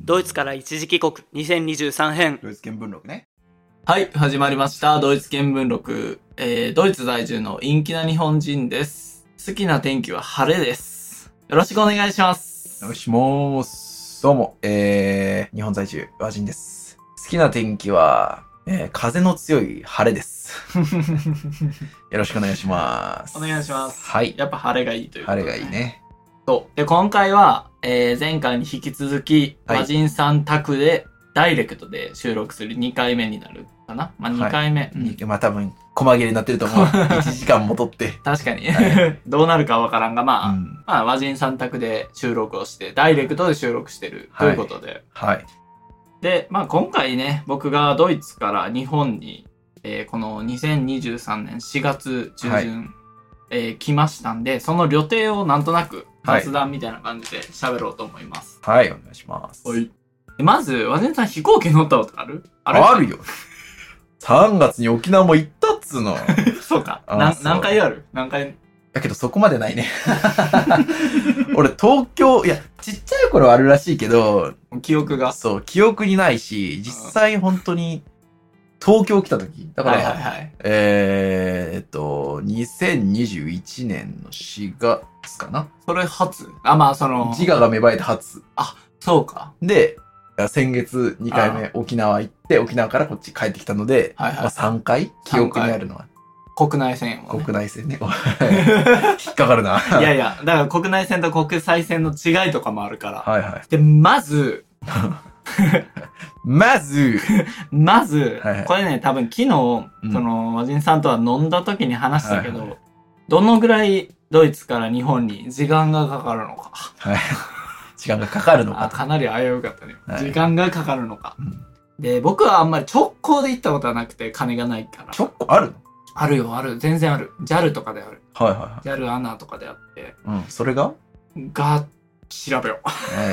ドイツから一時帰国2023編。 ドイツ見聞録ね。 はい、始まりました。ドイツ見聞録。ドイツ在住の陰気な日本人です。好きな天気は晴れです。よろしくお願いします。 お願いします。どうも、日本在住、和人です。好きな天気は、風の強い晴れです。よろしくお願いします。 お願いします。 はい。 やっぱ晴れがいいということで、 晴れがいいね。 そう。で、今回は、前回に引き続き、 はい和人さん宅で、ダイレクトで収録する2回目になるかな。まあ、2回目。 まあ多分、細切れになってると思う。1時間も取って。 確かに。 はどうなるかわからんが、まあ、 うんまあ、和人さん宅で収録をして、ダイレクトで収録してるということで。 はい。 で、まあ今回ね、僕がドイツから日本に、この2023年4月中旬、来ましたんで、その旅程をなんとなく雑談みたいな感じで喋ろうと思います。 はい、お願いします。 はい。まず、和田さん飛行機乗ったことある？ あるよ。3月に沖縄も行ったっつうの。 そうか。 そう何回ある？何回？ だけどそこまでないね。俺東京、いや、ちっちゃい頃あるらしいけど、 記憶が。 そう、記憶にないし、実際本当に東京来た時。だから、 はいはいはい。 2021年の4月かな。 それ初？あ、まあその。 自我が芽生えて初。 そうか。 で、先月2回目沖縄行って、沖縄からこっち帰ってきたので、 はいはいまあ3回記憶にあるのは。 国内線を、ね。 国内線ね。引っかかるな。 いやいや、だから国内線と国際線の違いとかもあるから。 はいはい。 で、まず、 まず、はいはい、 これね、多分昨日、 うんその、和人さんとは飲んだ時に話したけど、 はいはい、 どのぐらいドイツから日本に時間がかかるのか。 はい。時間がかかるのかと。 かなり危うかったね、 はい。 時間がかかるのか、 うん。 で、僕はあんまり直行で行ったことはなくて、金がないから。 直行あるの？ あるよ、ある。全然ある。JAL とかである。 はいはいはい。 JAL アナとかであって。 うん。それが調べよう。 はい。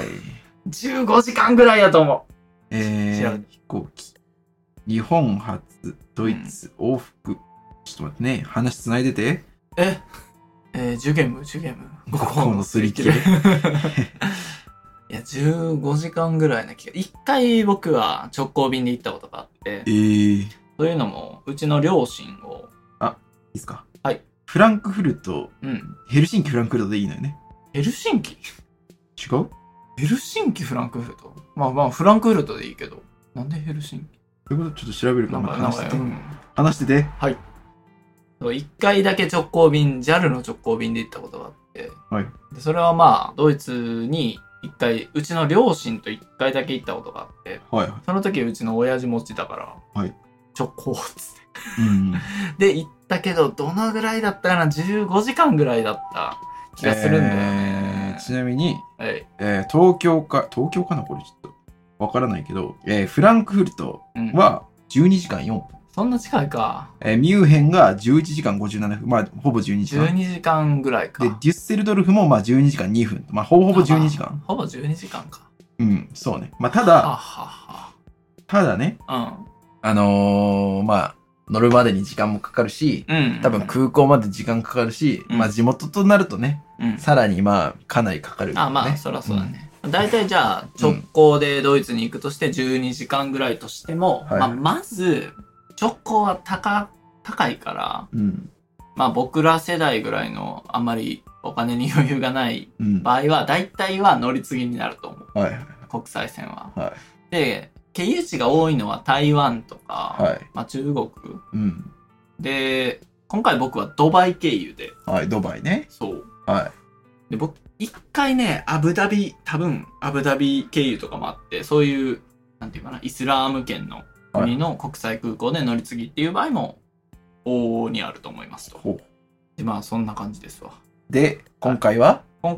15時間ぐらいやと思う。 飛行機。日本初、ドイツ、往復。ちょっと待ってね。話つないでて。 ジュゲム。 ここのすり切れ。 いや、15時間ぐらいな気が。一回僕は直行便で行ったことがあって。そういうのも、うちの両親を。 いいですか？ はい。 フランクフルト。 うん。 ヘルシンキフランクフルトでいいのよね。 ヘルシンキ？ 違う？ ヘルシンキフランクフルト？まあフランクフルトでいいけど。なんでヘルシンキ？ ということちょっと調べるから話してて。 うん、 話してて。 はい。一回だけ直行便、JAL の直行便で行ったことがあって。 はい。 で、それはまあ、ドイツに一回、うちの両親と一回だけ行ったことがあって。 はい。 その時うちの親父持ってたから。 はい。 直行っつって。 うん。 で、行ったけど、どのぐらいだったかな？ 15 時間ぐらいだった気がするんだよね。 ちなみに、 はい。 東京かなこれちょっと。わからないけど、フランクフルトは12時間4分。 そんな近いか。 ミュンヘンが11時間57分。まあ、ほぼ12時間。 12時間ぐらいか。 で、デュッセルドルフもまあ12時間2分。まあ、ほぼ12時間。 ほぼ12時間か。 うん、そうね。まあ、ただね、 うん。 まあ、乗るまでに時間もかかるし、多分空港まで時間かかるし、まあ地元となるとね、さらにまあかなりかかる、ね。 まあ、そらそうだね。大体じゃあ、直行でドイツに行くとして12時間ぐらいとしても、まず、直行は高いから、まあ僕ら世代ぐらいのあんまりお金に余裕がない場合は、大体は乗り継ぎになると思う。国際線は。で、経由地が多いのは台湾とか、まあ中国。で、今回僕はドバイ経由で。 ドバイね。 そう。で、僕、一回ね、多分アブダビ経由とかもあって、そういう、なんていうかな、イスラーム圏の国の国際空港で乗り継ぎっていう場合も、往々にあると思いますと。で、まあ、そんな感じですわ。 で、今回は、 ド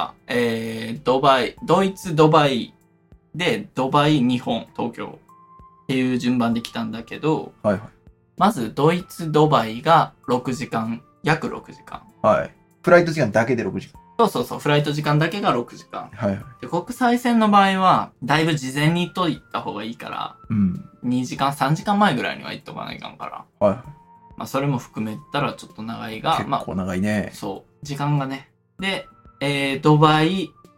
イツドバイで、ドバイ、日本、東京っていう順番で来たんだけど、まず、ドイツドバイが6時間、約6時間。 フライト時間だけで6時間。 そう、フライト時間だけが6時間。で、国際線の場合は、だいぶ事前にといた方がいいから、2時間、3時間前ぐらいには行っとかないかんから。まあ、それも含めたらちょっと長いが、 結構長いね。 そう、時間がね。で、ドバイ、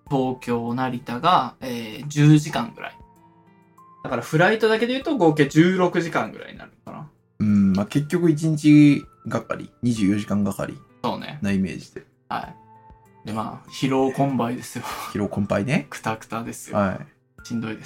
東京、成田が、10時間ぐらい。だからフライトだけで言うと合計16時間ぐらいになるかな。 まあ、結局1日がかり、24時間がかり。 そうね。 なイメージで。 はい。で、まあ、疲労困憊ですよ。 疲労困憊ね。 くたくたですよ。 はい。 しんどいです。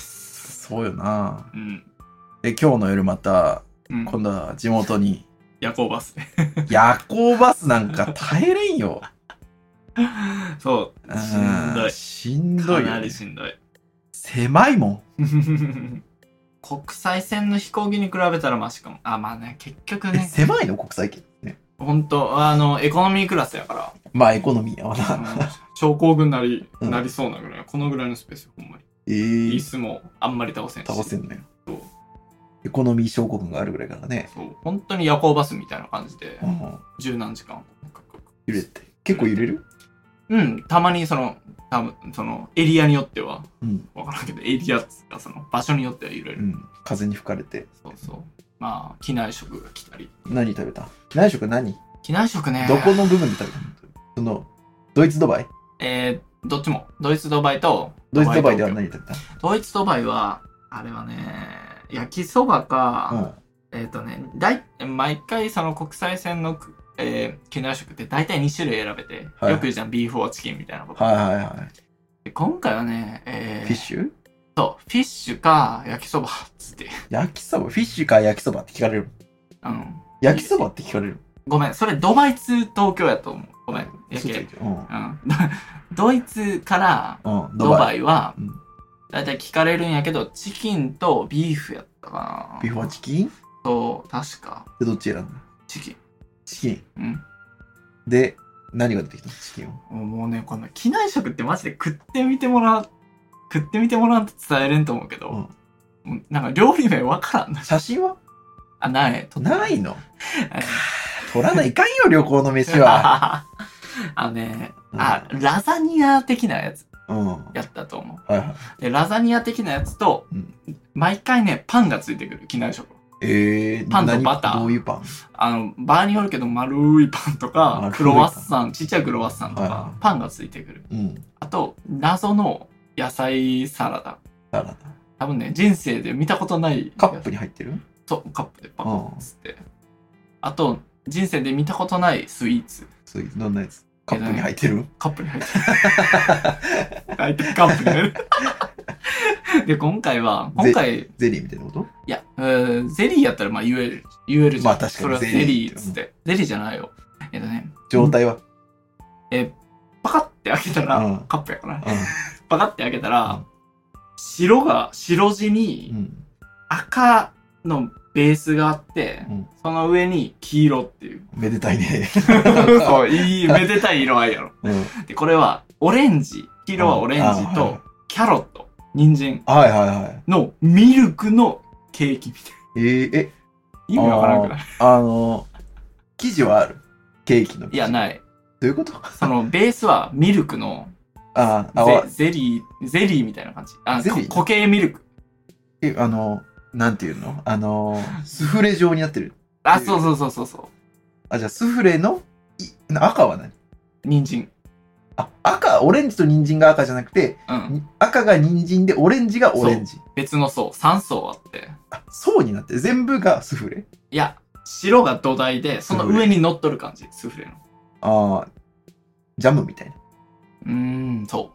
そうよな。 うん。 で、今日の夜また、 うん、 今度は地元に。 夜行バスね。 夜行バスなんか耐えれんよ。 そう。しんどい。 しんどいよ、ね。 かなりしんどい。 狭いもん。国際線の飛行機に比べたらマシかも。あ、まあね、結局ね。 狭いの国際機ね。 ほんと、エコノミークラスやから。 まあ、エコノミーやわな。 症候群なりそうなぐらい。このぐらいのスペース、ほんまに。椅子もあんまり倒せんし。 倒せんのよ。 そう。 エコノミー症候群があるぐらいからね。 そう。本当に夜行バスみたいな感じで、十何時間。 揺れて。結構揺れる？ うん、たまに多分エリアによっては、わからんけど、エリアか、場所によっては揺れる。 風に吹かれて。 そうそう。まあ、機内食が来たり。 何食べた？機内食何？ 機内食ね。 どこの部分で食べた？ドイツドバイ？ どっちも。ドイツドバイと、 ドイツドバイでは何食べた？ ドイツドバイは、あれはね、焼きそばか、毎回国際線の、機内食って大体2種類選べて、はい、よく言うじゃん、ビーフォーチキンみたいなこと。 はいはいはい。 で今回はね、 フィッシュ？ そう、フィッシュか焼きそばっつって。 焼きそば？フィッシュか焼きそばって聞かれる？ うん。 焼きそばって聞かれる？ ごめん、それドバイツ東京やと思う。ごめん。ドイツからドバイは、だいたい聞かれるんやけど、チキンとビーフやったかな。 ビーフはチキン？ そう、確か。 で、どっち選んだ？ チキン。 チキン？ うん。 で、何が出てきたの？チキンを。 もうね、この機内食ってマジで食ってみてもらうと伝えれんと思うけど、なんか料理名わからんな。 写真は？ あ、ない。 ないの？取らないかんよ、旅行の飯は。 ラザニア的なやつ。やったと思う。で、ラザニア的なやつと、毎回ね、パンがついてくる、機内食。パンとバター。 どういうパン？ 場合によるけど、丸いパンとか、クロワッサン、ちっちゃいクロワッサンとか、パンがついてくる。あと、謎の野菜サラダ。多分ね、人生で見たことない。 カップに入ってる？ そう、カップでパカッつって。あと、人生で見たことないスイーツ。 スイーツ、どんなやつ？カップに入ってる？ カップに入ってる。カップに入る。で、今回、 ゼリーみたいなこと？ いや、ゼリーやったらまあ言えるじゃん。 まあ確かに。 それはゼリーっつって。ゼリーじゃないよ。 状態は？ パカって開けたら、カップやから。パカって開けたら、白地に赤のベースがあって、その上に黄色っていう。 めでたいね。 そう、めでたい色合いやろ。で、これは、オレンジ。黄色はオレンジと、キャロット、人参のミルクのケーキみたいな。意味わからんくない？ 生地はある？ケーキの。 いや、ない。 どういうこと？ ベースはミルクの、ゼリーみたいな感じ。固形ミルク。 なんていうの？スフレ状になってる。 そう。 じゃあスフレの赤は何？ 人参。 赤、オレンジと人参が赤じゃなくて、赤が人参でオレンジがオレンジ。 別の層、3層あって。 層になって全部がスフレ？ いや、白が土台で、その上に乗っとる感じ、スフレの。ジャムみたいな。 そう、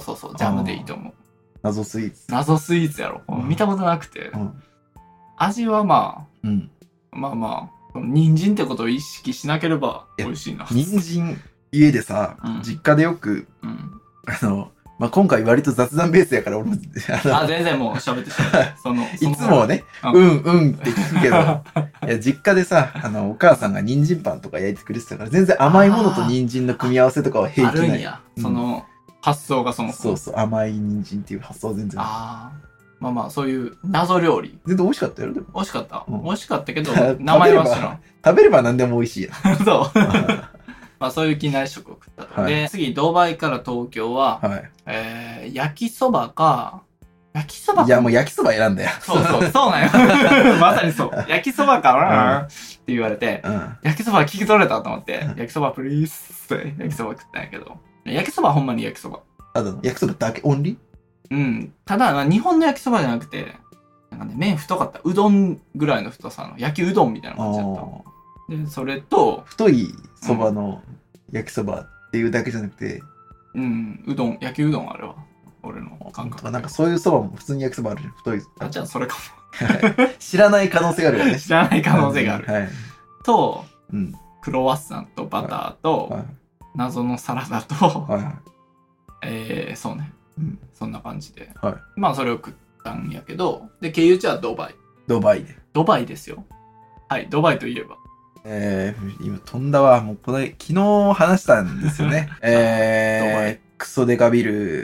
ジャムでいいと思う。 謎スイーツ。 謎スイーツやろ。見たことなくて。味はまあ、人参ってことを意識しなければ美味しいな。 人参、家でさ、実家でよく、今回割と雑談ベースやから俺も、 全然もう喋っていつもね、って聞くけど、いや、実家でさ、お母さんが人参パンとか焼いてくれてたから、全然甘いものと人参の組み合わせとかは平気ない。 あるんや。発想がそもそも。 そう、甘い人参っていう発想は全然ない。まあ、そういう謎料理。 全然美味しかったよ、でも。 美味しかった。美味しかったけど、名前は知らん。 食べれば何でも美味しいや。 そう。まあそういう機内食を食ったと。で、次、ドバイから東京は、焼きそばか、 いや、もう焼きそば選んだよ。 そうなんよ。まさにそう。焼きそばかなって言われて、焼きそば聞き取れたと思って、焼きそばプリースって焼きそば食ったんやけど、焼きそばはほんまに焼きそば。 ただの焼きそばだけ、オンリー？ うん。ただ、日本の焼きそばじゃなくて、なんかね、麺太かった。うどんぐらいの太さの焼きうどんみたいな感じだった。で、それと、 太いそばの焼きそばっていうだけじゃなくて、 うどん、焼きうどんあれは。俺の感覚。 なんかそういうそばも普通に焼きそばあるじゃん。太い。 じゃあそれかも。知らない可能性があるよね。 知らない可能性がある。 はい。 と、クロワッサンとバターと、謎のサラダと、そうね。そんな感じで。まあそれを食ったんやけど、で、経由地はドバイ。 ドバイで。 ドバイですよ。はい、ドバイといえば。 今飛んだわ。もうこれ、昨日話したんですよね。ドバイ。クソデカビル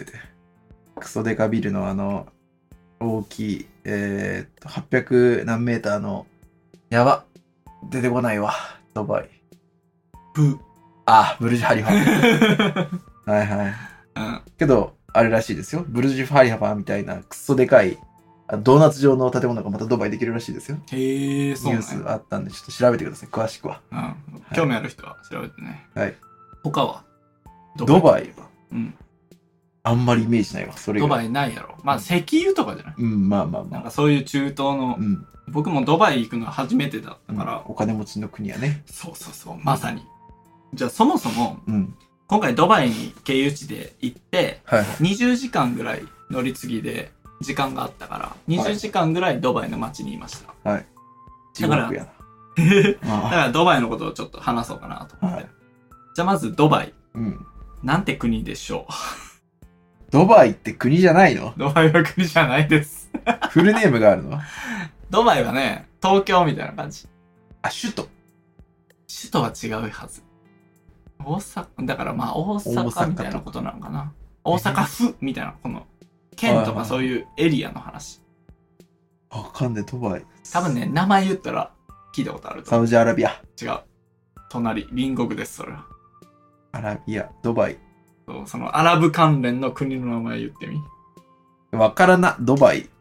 の大きい、800何メーターの、やば。出てこないわ。ドバイ。ブルジュハリファ。はいはい。けど、あれらしいですよ。ブルジュハリファみたいなクソでかい、ドーナツ状の建物がまたドバイできるらしいですよ。 へえ、そうね。 ニュースあったんで、ちょっと調べてください。詳しくは。 興味ある人は調べてね。 はい。 他はドバイはあんまりイメージないわ。それが。 ドバイないやろ。まあ、石油とかじゃない？ まあ。 なんかそういう中東の、僕もドバイ行くのは初めてだったから。 お金持ちの国やね。 そう。まさに。じゃあそもそも、今回ドバイに経由地で行って、20時間ぐらい乗り継ぎで時間があったから、20時間ぐらいドバイの街にいました。 はい。 だからドバイのことをちょっと話そうかなと思って。じゃあまずドバイ。なんて国でしょう？ ドバイって国じゃないの？ ドバイは国じゃないです。 フルネームがあるの？ ドバイはね、東京みたいな感じ。 首都は違うはず。大阪、だからまあ大阪みたいなことなのかな。大阪府みたいな、この県とかそういうエリアの話。 わかんねえ、ドバイ。 多分ね、名前言ったら聞いたことあると思う。サウジアラビア。 違う。隣国です、それは。 アラビア、ドバイ。 そのアラブ関連の国の名前言ってみ。 わからな、ドバイ。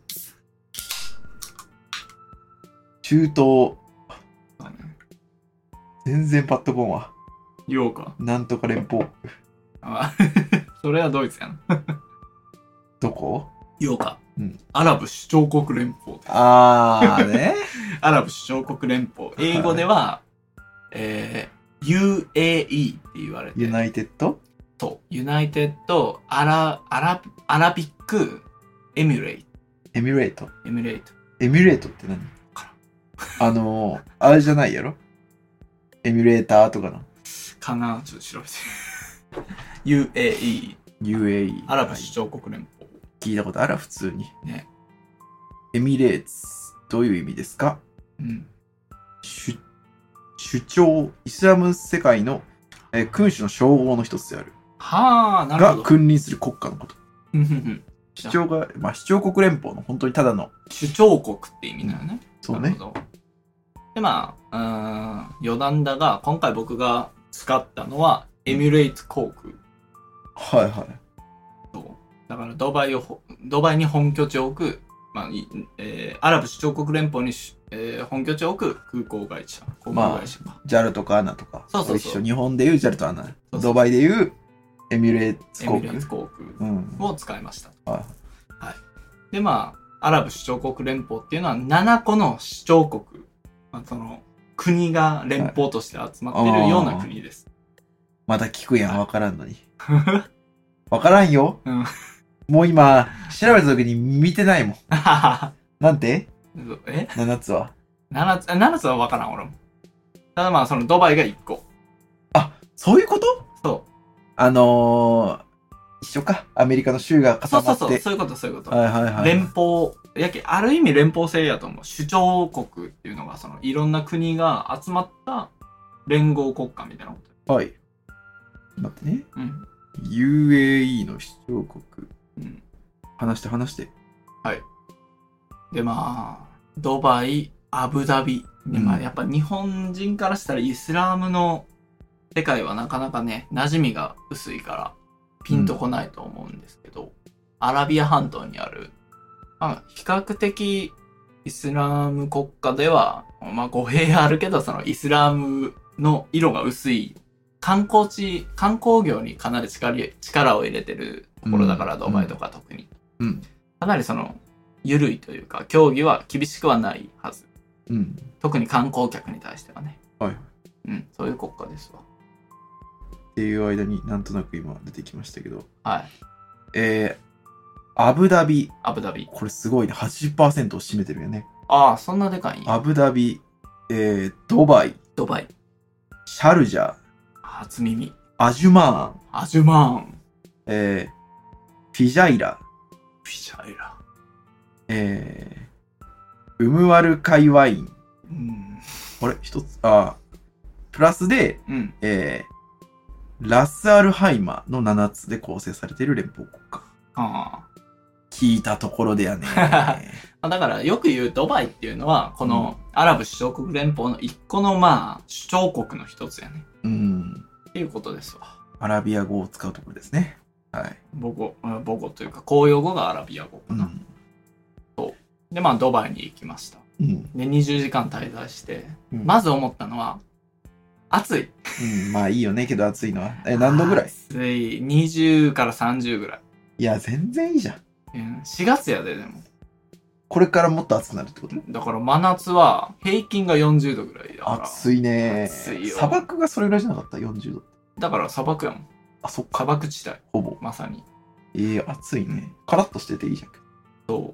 中東。全然パッとこんわ。 言おうか。 なんとか連邦区。 それはドイツやな。 どこ？ 言おうか。アラブ首長国連邦。 ね。 アラブ首長国連邦。英語では、UAE って言われて。 ユナイテッド？ そう。ユナイテッドアラビックエミュレイト。 エミュレート。 エミュレート。 エミュレートって何？あれじゃないやろ？エミュレーターとかの。 かな？ちょっと調べて。UAE。アラブ首長国連邦。 聞いたことある？普通に。 ね。 エミレーツ。どういう意味ですか？首長、イスラム世界の、君主の称号の一つである。 はあ、なるほど。 が君臨する国家のこと。首長が、首長国連邦の本当にただの。 首長国って意味だよね。 そうね。 で、余談だが、今回僕が使ったのは、エミレーツ航空。 はいはい。 そう。だからドバイに本拠地を置く、アラブ首長国連邦に、本拠地を置く空港会社。航空会社か。 JAL とか ANA とか。 そう。 日本でいう JAL と ANA。ドバイでいうエミレーツ航空。 エミレーツ航空を使いました。はい。で、アラブ首長国連邦っていうのは7個の首長国。その、国が連邦として集まってるような国です。 まだ聞くやん、わからんのに。わからんよ。もう今、調べた時に見てないもん。なんて？7つは。 7つはわからん、俺も。ただそのドバイが1個。 そういうこと？ そう。 一緒か。アメリカの州が固まって。 そういうこと。 はい。 連邦、ある意味連邦制やと思う。首長国っていうのが、いろんな国が集まった連合国家みたいなこと。 はい。待ってね。UAE の首長国。話して。 はい。で、ドバイ、アブダビ。で、やっぱ日本人からしたらイスラムの世界はなかなかね、馴染みが薄いから、ピンとこないと思うんですけど、アラビア半島にある、比較的イスラム国家では、語弊あるけど、イスラムの色が薄い観光業にかなり力を入れてるところだから、ドバイとか特に。かなり緩いというか、競技は厳しくはないはず。特に観光客に対してはね。そういう国家ですわ。 っていう間になんとなく今出てきましたけど。 はい。 アブダビ。 これすごいね。80% を占めてるよね。 ああ、そんなでかいんや。 アブダビ、ドバイ。シャルジャ。 初耳。 アジュマーン。フィジャイラ。ウムワルカイワイン。これ一つ、プラスで、ラスアルハイマの7つで構成されている連邦国家。聞いたところでやね。 だからよく言うドバイっていうのは、このアラブ首長国連邦の一個の首長国の一つやね。っていうことですわ。 アラビア語を使うところですね。はい。 母語というか公用語がアラビア語かな。で、ドバイに行きました。で、20時間滞在して、まず思ったのは、暑い。 まあいいよね、けど暑いのは。何度ぐらい？ 暑い。20から30ぐらい。 いや、全然いいじゃん。 4月やで、でも。 これからもっと暑くなるってこと？ だから真夏は平均が40度ぐらいだから。 暑いね。 暑いよ。 砂漠がそれぐらいじゃなかった？ 40 度。 だから砂漠やもん。 そっか。 砂漠地帯。 ほぼ。 まさに。 暑いね。カラッとしてていいじゃん。 そう。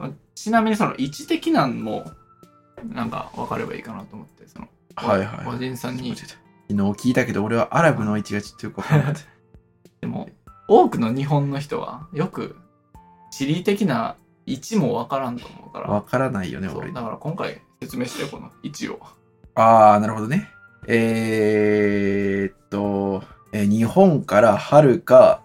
ちなみに位置的なんも、なんか分かればいいかなと思って、おじんさんに。 昨日聞いたけど、俺はアラブの位置がちょっとよく分からなかった。 でも、多くの日本の人は、よく、地理的な位置も分からんと思うから。 分からないよね、 俺。だから今回説明してよ、この位置を。 なるほどね。日本からはるか、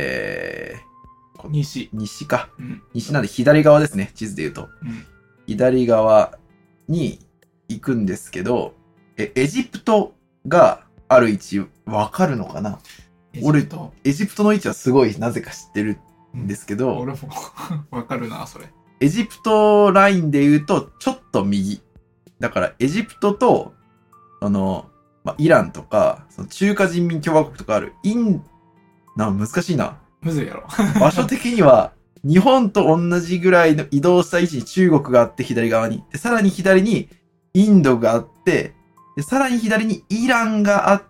西か。西なんで左側ですね、地図で言うと。左側に行くんですけど、エジプトがある位置わかるのかな？俺、エジプトの位置はすごいなぜか知ってるんですけど、 俺もわかるな、それ。 エジプトラインで言うとちょっと右。だからエジプトと、イランとか、中華人民共和国とかある難しいな。 むずいやろ。 場所的には、日本と同じぐらいの移動した位置に中国があって左側に。で、さらに左にインドがあって、で、さらに左にイランがあって、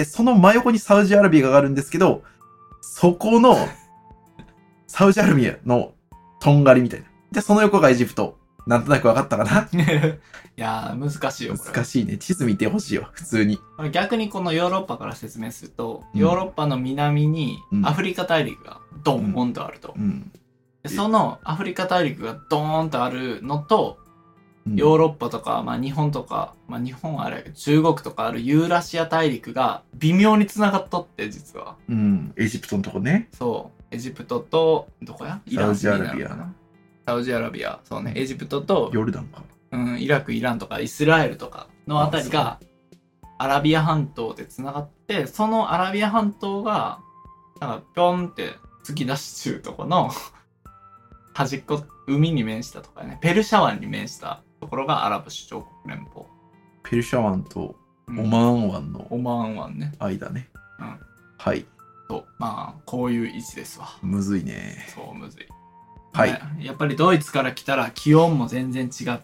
その真横にサウジアラビアがあるんですけど、そこの、サウジアラビアのとんがりみたいな。で、その横がエジプト。なんとなく分かったかな？ いやー、難しいよ、これ。 難しいね。地図見てほしいよ、普通に。 逆にこのヨーロッパから説明すると、ヨーロッパの南にアフリカ大陸がドーンとあると。でそのアフリカ大陸がドーンとあるのと、ヨーロッパとか、日本とか、日本はあれやけど、中国とかあるユーラシア大陸が微妙に繋がっとって、実は。 エジプトのとこね。 そう。エジプトと、どこや？ サウジアラビア。 サウジアラビア、そうね、エジプトと、 ヨルダンか。 イラク、イランとかイスラエルとかのあたりが、アラビア半島で繋がって、そのアラビア半島が、なんか、ぴょんって突き出し中とこの、端っこ、海に面したとかね、ペルシャ湾に面したところがアラブ首長国連邦。 ペルシャ湾とオマーン湾のオマーン湾ね。 間ね。はい。 そう、こういう位置ですわ。 むずいね。 そう、むずい。 はい。 やっぱりドイツから来たら気温も全然違って、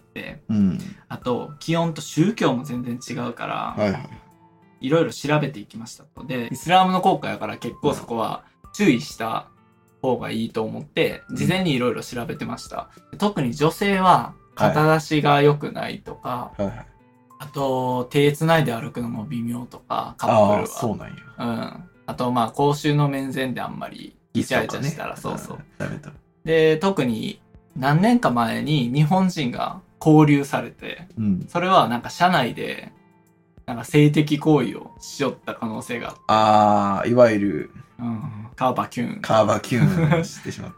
あと気温と宗教も全然違うから、いろいろ調べていきましたと。で、イスラムの国家やから結構そこは注意した方がいいと思って、事前にいろいろ調べてました。特に女性は肩出しが良くないとか、あと手繋いで歩くのも微妙とか、カップルは。 そうなんや。 あと公衆の面前であんまりイチャイチャしたら、そうそう。 ダメだ。 で、特に何年か前に日本人が拘留されて、それはなんか社内でなんか性的行為をしよった可能性があって。いわゆる、 カーバキュン。 カーバキュンしてしまった。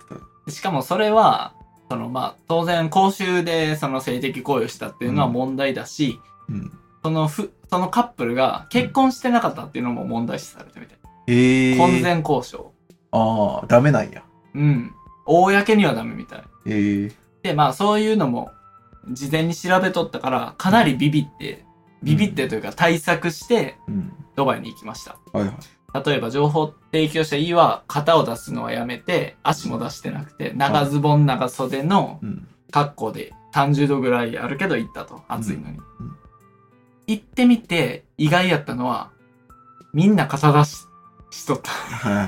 しかもそれは、当然公衆でその性的行為をしたっていうのは問題だし、そのカップルが結婚してなかったっていうのも問題視されてみたい。婚前交渉。 ダメなんや。 公にはダメみたい。 で、 そういうのも事前に調べとったから、かなりビビって、 ビビってというか対策して、 うん。 ドバイに行きました。 はいはい。 例えば情報提供者 E は肩を出すのはやめて、足も出してなくて、長ズボン長袖の格好で30度ぐらいあるけど行ったと。暑いのに。行ってみて意外やったのは、みんな肩出しとった。 はい。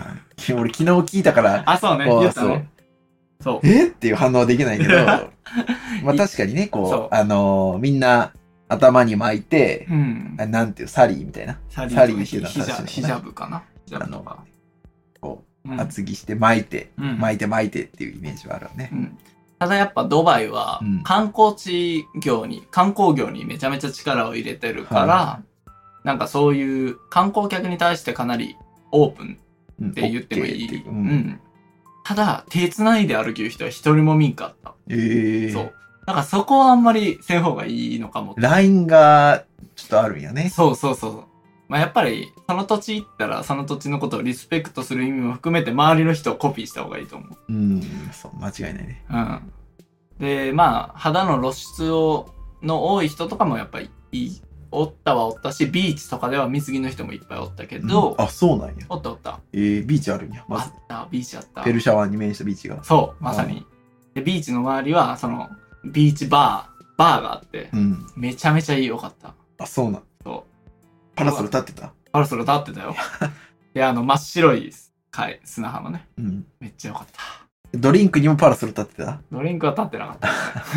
俺昨日聞いたから、 あ、そうね。言ったね。そう。 っていう反応はできないけど、まあ確かにね、こう、みんな頭に巻いて、なんていう、サリーみたいな。 サリーっていうのはヒジャブかな。 こう、厚着して巻いてっていうイメージはあるよね。 ただやっぱドバイは観光業にめちゃめちゃ力を入れてるから、なんかそういう観光客に対してかなりオープンって言ってもいい。ただ、手繋いで歩く人は一人も見んかった。そう。だからそこはあんまりせん方がいいのかも。 ラインがちょっとあるんやね。 そう。まあやっぱり、その土地行ったら、その土地のことをリスペクトする意味も含めて、周りの人をコピーした方がいいと思う。 そう、間違いないね。 で、まあ、肌の露出の多い人とかもやっぱりおったし、ビーチとかでは水着の人もいっぱいおったけど。 あ、そうなんや。 おった。 ビーチあるんや。 あった、ビーチあった。 ペルシャ湾に面したビーチが。 そう、まさに。で、ビーチの周りは、ビーチバーがあって、めちゃめちゃ良かった。 あ、そうなん。 そう。 パラソル立ってた？ パラソル立ってたよ。で、真っ白い砂浜ね。めっちゃ良かった。 ドリンクにもパラソル立ってた？ ドリンクは立ってなかった。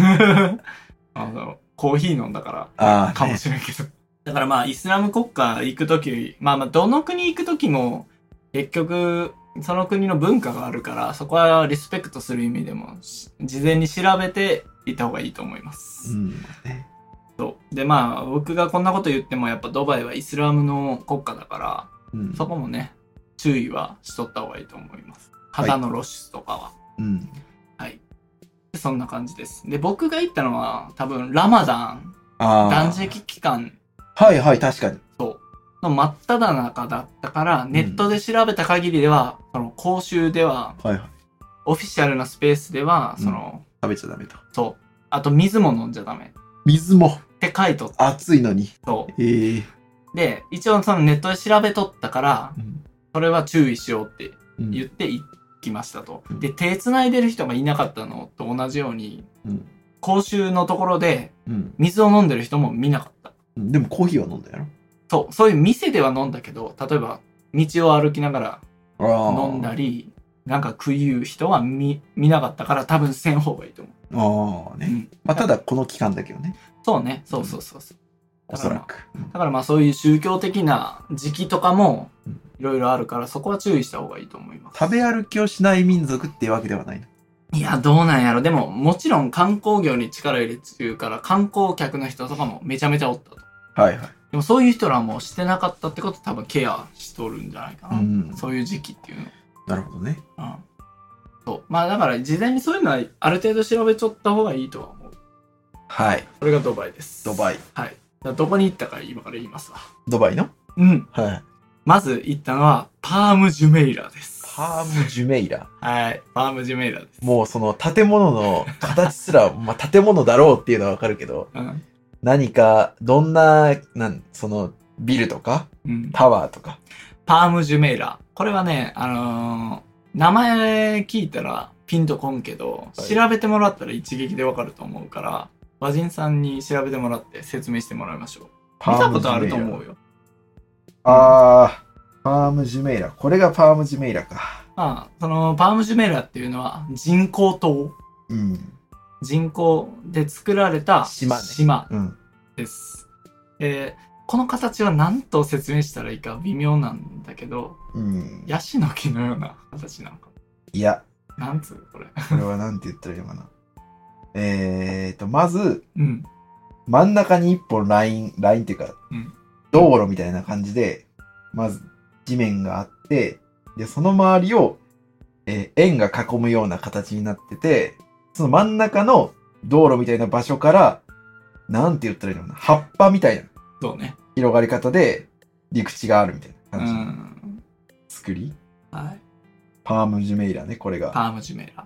コーヒー飲んだから、かもしれんけど。だからまあ、イスラム国家行くとき、まあどの国行くときも、結局、その国の文化があるから、そこはリスペクトする意味でも、事前に調べて行った方がいいと思います。そう。でまあ、僕がこんなこと言っても、やっぱドバイはイスラムの国家だから、そこもね、注意はしとった方がいいと思います。肌の露出とかは。はい。でそんな感じです。で、僕が行ったのは、多分、ラマダン、断食期間。 はいはい、確かに。 そう。の真っ只中だったから、ネットで調べた限りでは、公衆では、オフィシャルなスペースでは、 食べちゃダメと。 そう。あと、水も飲んじゃダメ。 水もって書いとった。 暑いのに。 そう。で、一応ネットで調べとったから、それは注意しようって言って行きましたと。で、手繋いでる人がいなかったのと同じように、公衆のところで、水を飲んでる人も見なかった。 でもコーヒーは飲んだやろ？ そう。そういう店では飲んだけど、例えば、道を歩きながら飲んだり、なんか食いう人は見なかったから多分せん方がいいと思う。 まあただこの期間だけどね。 そうね。そう。 おそらく。 だからまあそういう宗教的な時期とかもいろいろあるからそこは注意した方がいいと思います。 食べ歩きをしない民族っていうわけではないの？ いや、どうなんやろ。でももちろん観光業に力入れてるから観光客の人とかもめちゃめちゃおったと。でもそういう人らはもうしてなかったってこと多分ケアしとるんじゃないかな。そういう時期っていうの。 なるほどね。 そう。まあだから事前にそういうのはある程度調べちゃった方がいいとは思う。 はい。 それがドバイです。 ドバイ。 はい。どこに行ったか今から言いますわ。 ドバイの？はい。 まず行ったのはパームジュメイラです。 パームジュメイラ？ はい。パームジュメイラです。 もうその建物の形すら、まあ建物だろうっていうのはわかるけど、何か、どんな、そのビルとか、タワーとか。 パームジュメイラ。これはね、名前聞いたらピンとこんけど、調べてもらったら一撃でわかると思うから、和人さんに調べてもらって説明してもらいましょう。見たことあると思うよ。 パームジュメイラ。これがパームジュメイラか。 そのパームジュメイラっていうのは人工島。人工で作られた島です。この形は何と説明したらいいか微妙なんだけど、ヤシの木のような形なのか。 いや。 なんつうこれ。 これはなんて言ったらいいのかな。まず、真ん中に一本ラインっていうか、道路みたいな感じで、まず地面があって、で、その周りを、円が囲むような形になってて、その真ん中の道路みたいな場所から、なんて言ったらいいのかな、葉っぱみたいな広がり方で陸地があるみたいな感じの作り。パームジュメイラね、これが。 パームジュメイラ。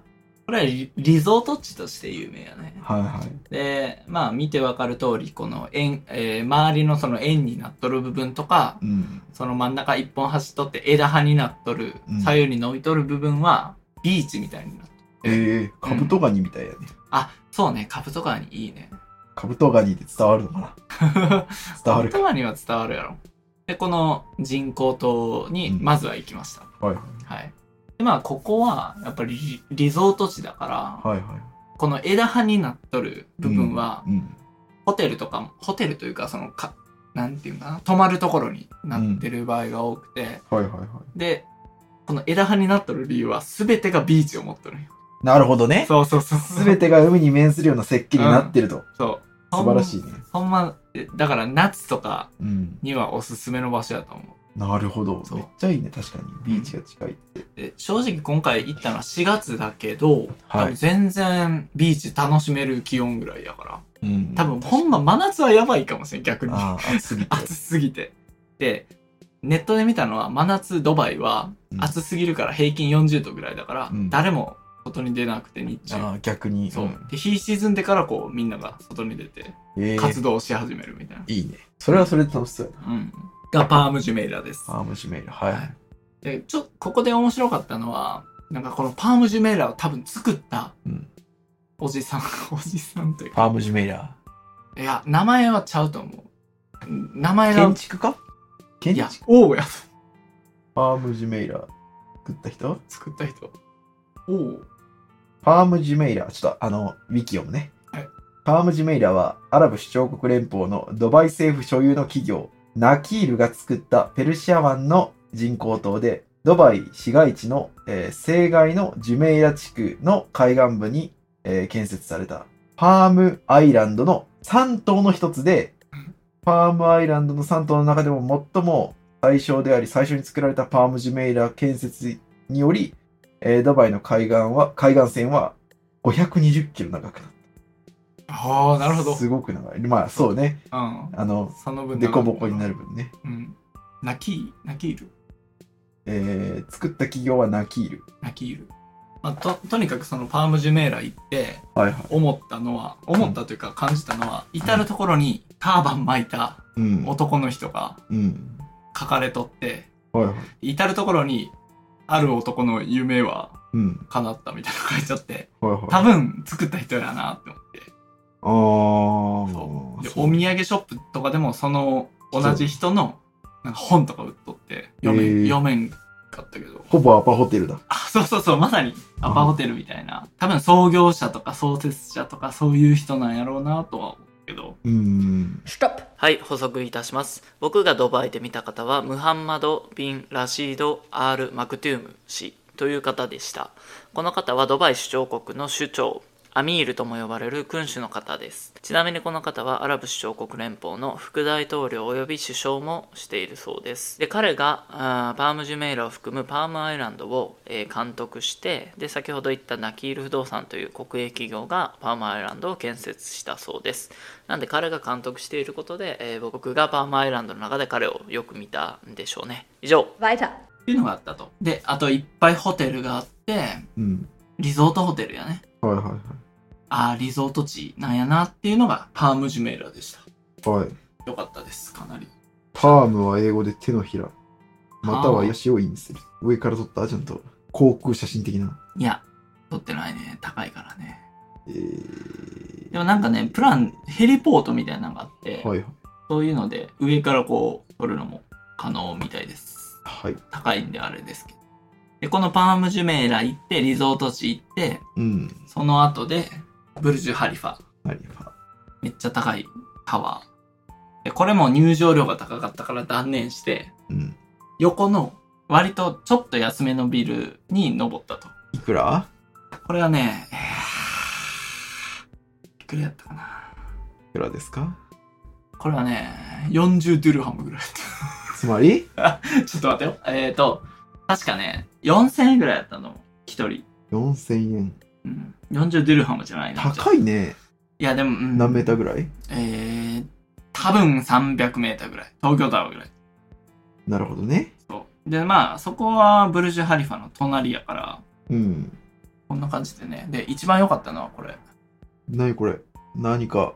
これはリゾート地として有名やね。 はいはい。 で、まあ見てわかる通り、この周りのその円になっとる部分とか、 うん、 その真ん中一本走っとって枝葉になっとる、左右に伸びとる部分はビーチみたいになっとる。カブトガニみたいやね。 あ、そうね、カブトガニいいね。 カブトガニって伝わるのかな伝わるか。 カブトガニは伝わるやろ。で、この人工島にまずは行きました。 はいはい。で、まあここはやっぱりリゾート地だから、 はいはい。 この枝葉になっとる部分は、ホテルとかも、ホテルというか、なんていうかな、泊まるところになってる場合が多くて、 はいはいはい。 で、この枝葉になっとる理由は全てがビーチを持っとるんよ。 なるほどね。 そう。 全てが海に面するような設計になってると。 そう。 素晴らしいね。 ほんま、だから夏とかにはおすすめの場所だと思う。 なるほど。めっちゃいいね、確かに。ビーチが近いって。 で正直今回行ったのは4月だけど、全然ビーチ楽しめる気温ぐらいやから。多分ほんま真夏はやばいかもしれん、逆に。 暑すぎて。 暑すぎて。で、ネットで見たのは真夏ドバイは暑すぎるから平均40度ぐらいだから、誰も外に出なくて日中。 逆に。 そう。で、日沈んでからこうみんなが外に出て活動し始めるみたいな。 いいね。それはそれで楽しそうやな。 がパームジュメイラです。 パームジュメイラ、はい。 で、ここで面白かったのは、なんかこのパームジュメイラを多分作った、おじさんというか。 パームジュメイラ。 いや、名前はちゃうと思う。名前が。 建築家いや、王や。 パームジュメイラ。作った人。 王。 パームジュメイラ。ちょっとウィキ読むね。 はい。 パームジュメイラは、アラブ首長国連邦のドバイ政府所有の企業、ナキールが作ったペルシア湾の人工島で、ドバイ市街地の、西岸のジュメイラ地区の海岸部に、建設されたパームアイランドの3島の一つで、パームアイランドの3島の中でも最も最小であり最初に作られたパームジュメイラ建設により、ドバイの海岸線は520キロ長くなった。 ああ、なるほど。 すごく長い。まあ、そうね。 その分デコボコになる分ね。 ナキール。 作った企業はナキール。 まあ、とにかくそのパームジュメイラ行って、思ったというか感じたのは、至るところにターバン巻いた男の人が書かれとって、至るところにある男の夢は叶ったみたいなの書いちゃって、多分作った人やなって思って。でお土産ショップとかでもその同じ人のなんか本とか売っとって読めんかったけど、 ほぼアパホテルだ。 そうまさにアパホテルみたいな、多分創業者とか創設者とかそういう人なんやろうなとは思うけど。 ストップ。はい、補足いたします。僕がドバイで見た方はムハンマド・ビン・ラシード・アール・マクトゥーム氏という方でした。この方はドバイ首長国の首長、アミールとも呼ばれる君主の方です。ちなみにこの方はアラブ首長国連邦の副大統領及び首相もしているそうです。で、彼がパームジュメイラを含むパームアイランドを、監督して、で、先ほど言ったナキール不動産という国営企業がパームアイランドを建設したそうです。なんで彼が監督していることで、僕がパームアイランドの中で彼をよく見たんでしょうね。以上。 っていうのがあったと。で、あといっぱいホテルがあって、リゾートホテルやね。リゾート地なんやなっていうのがパームジュメイラでした。よかったです、かなり。 パームは英語で手のひら、またはヤシを意味する。上から撮ったちゃんと航空写真的な。 いや、撮ってないね。高いからね。でもなんかね、ヘリポートみたいなのがあって、そういうので上からこう撮るのも可能みたいです。高いんであれですけど。で、このパームジュメイラ行って、リゾート地行って、その後で、ブルジュハリファ。めっちゃ高いタワー。で、これも入場料が高かったから断念して、横の割とちょっと安めのビルに登ったと。 いくら？ これはね、いくらやったかな。 いくらですか？ これはね、40ドゥルハムぐらいやった。 つまりちょっと待ってよ。確かね、4000円ぐらいやったの。一人。 4000円。 40ドゥルハムじゃないな。 高いね。 いや、でも、 何メーターぐらい？ 多分300メーターぐらい。東京タワーぐらい。 なるほどね。 そう。で、まあ、そこはブルジュハリファの隣やから、 こんな感じでね。で、一番良かったのはこれ。 何これ何か。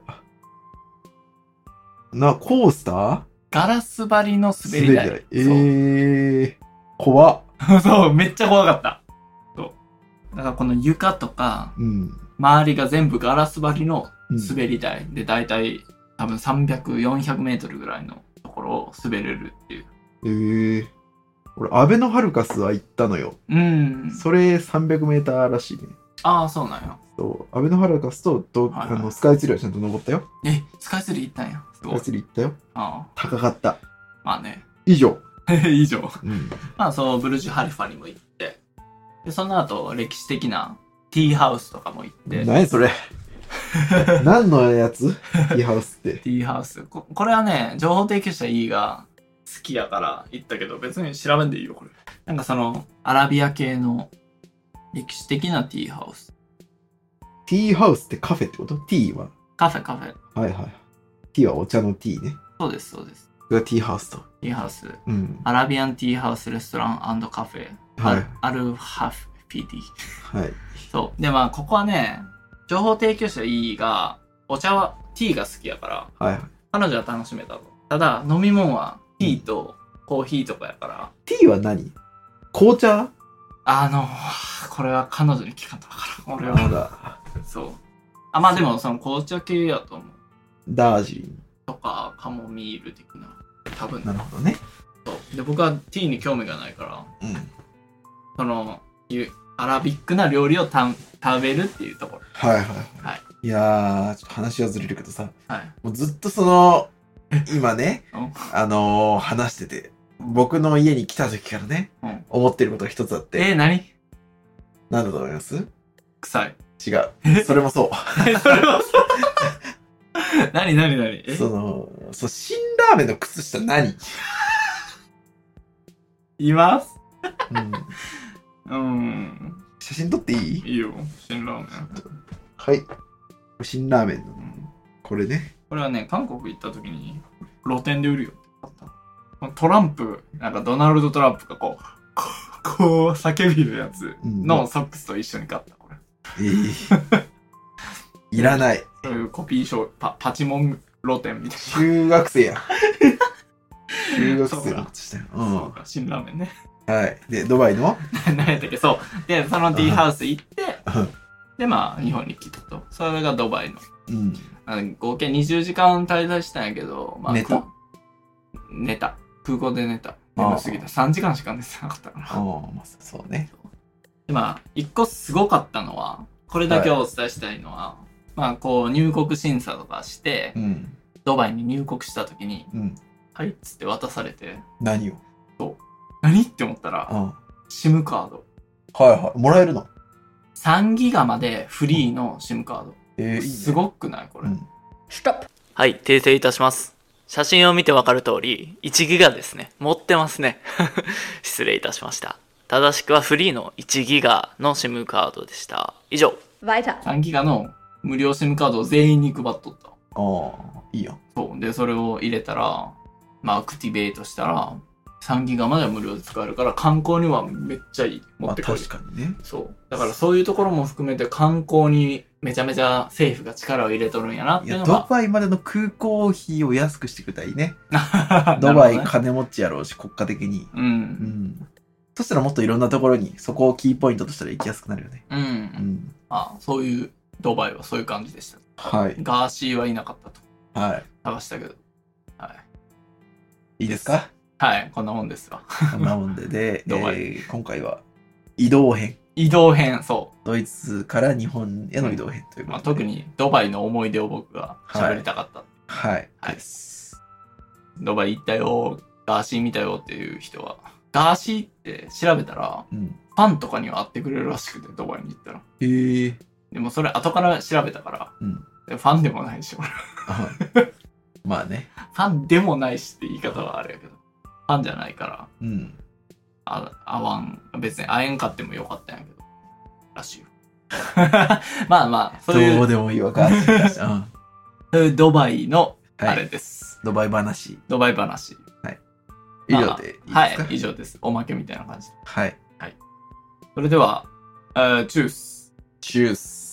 コースターガラス張りの滑り台。 怖っ。 そう、めっちゃ怖かった。そう。だからこの床とか、周りが全部ガラス張りの滑り台で、だいたい多分300、400メートルぐらいのところを滑れるっていう。 俺、アベノハルカスは行ったのよ。それ300メーターらしいね。 ああ、そうなんや。 そう。アベノハルカスと、スカイツリーはちゃんと登ったよ。 スカイツリー行ったんや。 スカイツリー行ったよ。 ああ。 高かった。 まあね。 以上。 以上。まあ、そう、ブルジュハリファにも行って。で、その後、歴史的なティーハウスとかも行って。 何それ何のやつティーハウスって。 ティーハウス。これはね、情報提供者 E が好きやから行ったけど、別に調べんでいいよ、これ。なんかその、アラビア系の歴史的なティーハウス。 ティーハウスってカフェってこと？ティーはカフェ。 はいはい。ティーはお茶のティーね。 そうです、そうです。 それがティーハウスと。 ティーハウス。アラビアンティーハウスレストラン&カフェ。はい。アルハフ PD。 はい。 そう。で、まあ、ここはね、情報提供者 E が、お茶は、ティーが好きやから、 はい。 彼女は楽しめたと。ただ、飲み物は、ティーとコーヒーとかやから。 ティーは何？紅茶？ これは彼女に聞かんとわからん。俺は。 まだ。 そう。まあでも、その紅茶系やと思う。 ダージリン。 とか、カモミール的な。多分。 なるほどね。 そう。で、僕はティーに興味がないから、その、アラビックな料理を食べるっていうところ。 はい。いやー、ちょっと話はずれるけどさ、もうずっとその、今ね、話してて、僕の家に来た時からね、思ってることが一つあって。 何だと思います？ 臭い。 違う。それもそう。 それもそう。何辛ラーメンの靴下何？ います。 写真撮っていい？ いいよ、辛ラーメン。 はい。辛ラーメンの。これね。 これはね、韓国行った時に露店で売るよって買った。トランプ、なんかドナルド・トランプがこう叫びるやつのソックスと一緒に買った、これ。 いらない。 そういうコピーショー、パチモン露店みたいな。 中学生や。中学生のことしたよ。 そうか、辛ラーメンね。 はい。で、ドバイの何やったっけ、そう。で、その D ハウス行って、で、まあ、日本に来たと。それがドバイの。合計20時間滞在したんやけど、まあ、寝た。空港で寝た。眠すぎた。3時間しか寝てなかったから。 そうね。 で、まあ、一個すごかったのは、これだけお伝えしたいのは、まあ、こう、入国審査とかして、ドバイに入国した時に、はいっつって渡されて。 何を？ そう。何って思ったら、SIM カード。 もらえるの ？3ギガまでフリーの SIM カード。すごくないこれ。 ストップ。はい、訂正いたします。写真を見てわかる通り、1ギガですね。持ってますね。失礼いたしました。正しくはフリーの1ギガの SIM カードでした。以上。 3ギガの無料 SIM カードを全員に配っとった。 いいよ。 そう。で、それを入れたら、まあ、アクティベートしたら、3ギガまでは無料で使えるから、観光にはめっちゃいい。持ってこい。 確かにね。 そう。だからそういうところも含めて観光にめちゃめちゃ政府が力を入れとるんやなっていうのが。 ドバイまでの空港費を安くしてくれたらいいね。ドバイ金持ちやろうし、国家的に。そしたらもっといろんなところに、そこをキーポイントとしたら行きやすくなるよね。 そういうドバイはそういう感じでした。 はい。 ガーシーはいなかったと。 はい。 探したけど。 いいですか？ はい、こんなもんですわ。 こんなもんで、今回は移動編。 そう。 ドイツから日本への移動編ということで。 特にドバイの思い出を僕が喋りたかった。 はい。 ドバイ行ったよ、ガーシー見たよっていう人は。ガーシーって調べたら、ファンとかには会ってくれるらしくて、ドバイに行ったら。でもそれ後から調べたから、ファンでもないし、俺。 まあね。 ファンでもないしって言い方はあれやけど。ファンじゃないから、別に会えんかってもよかったんやけど、らしいよ。まあまあ、 そういう。どうでもいいわ、ガーシーだし。 そういうドバイの、あれです。 ドバイ話。 はい。 以上でいいですか？ はい、以上です。おまけみたいな感じで。 はい。 それでは、チュース。 チュース。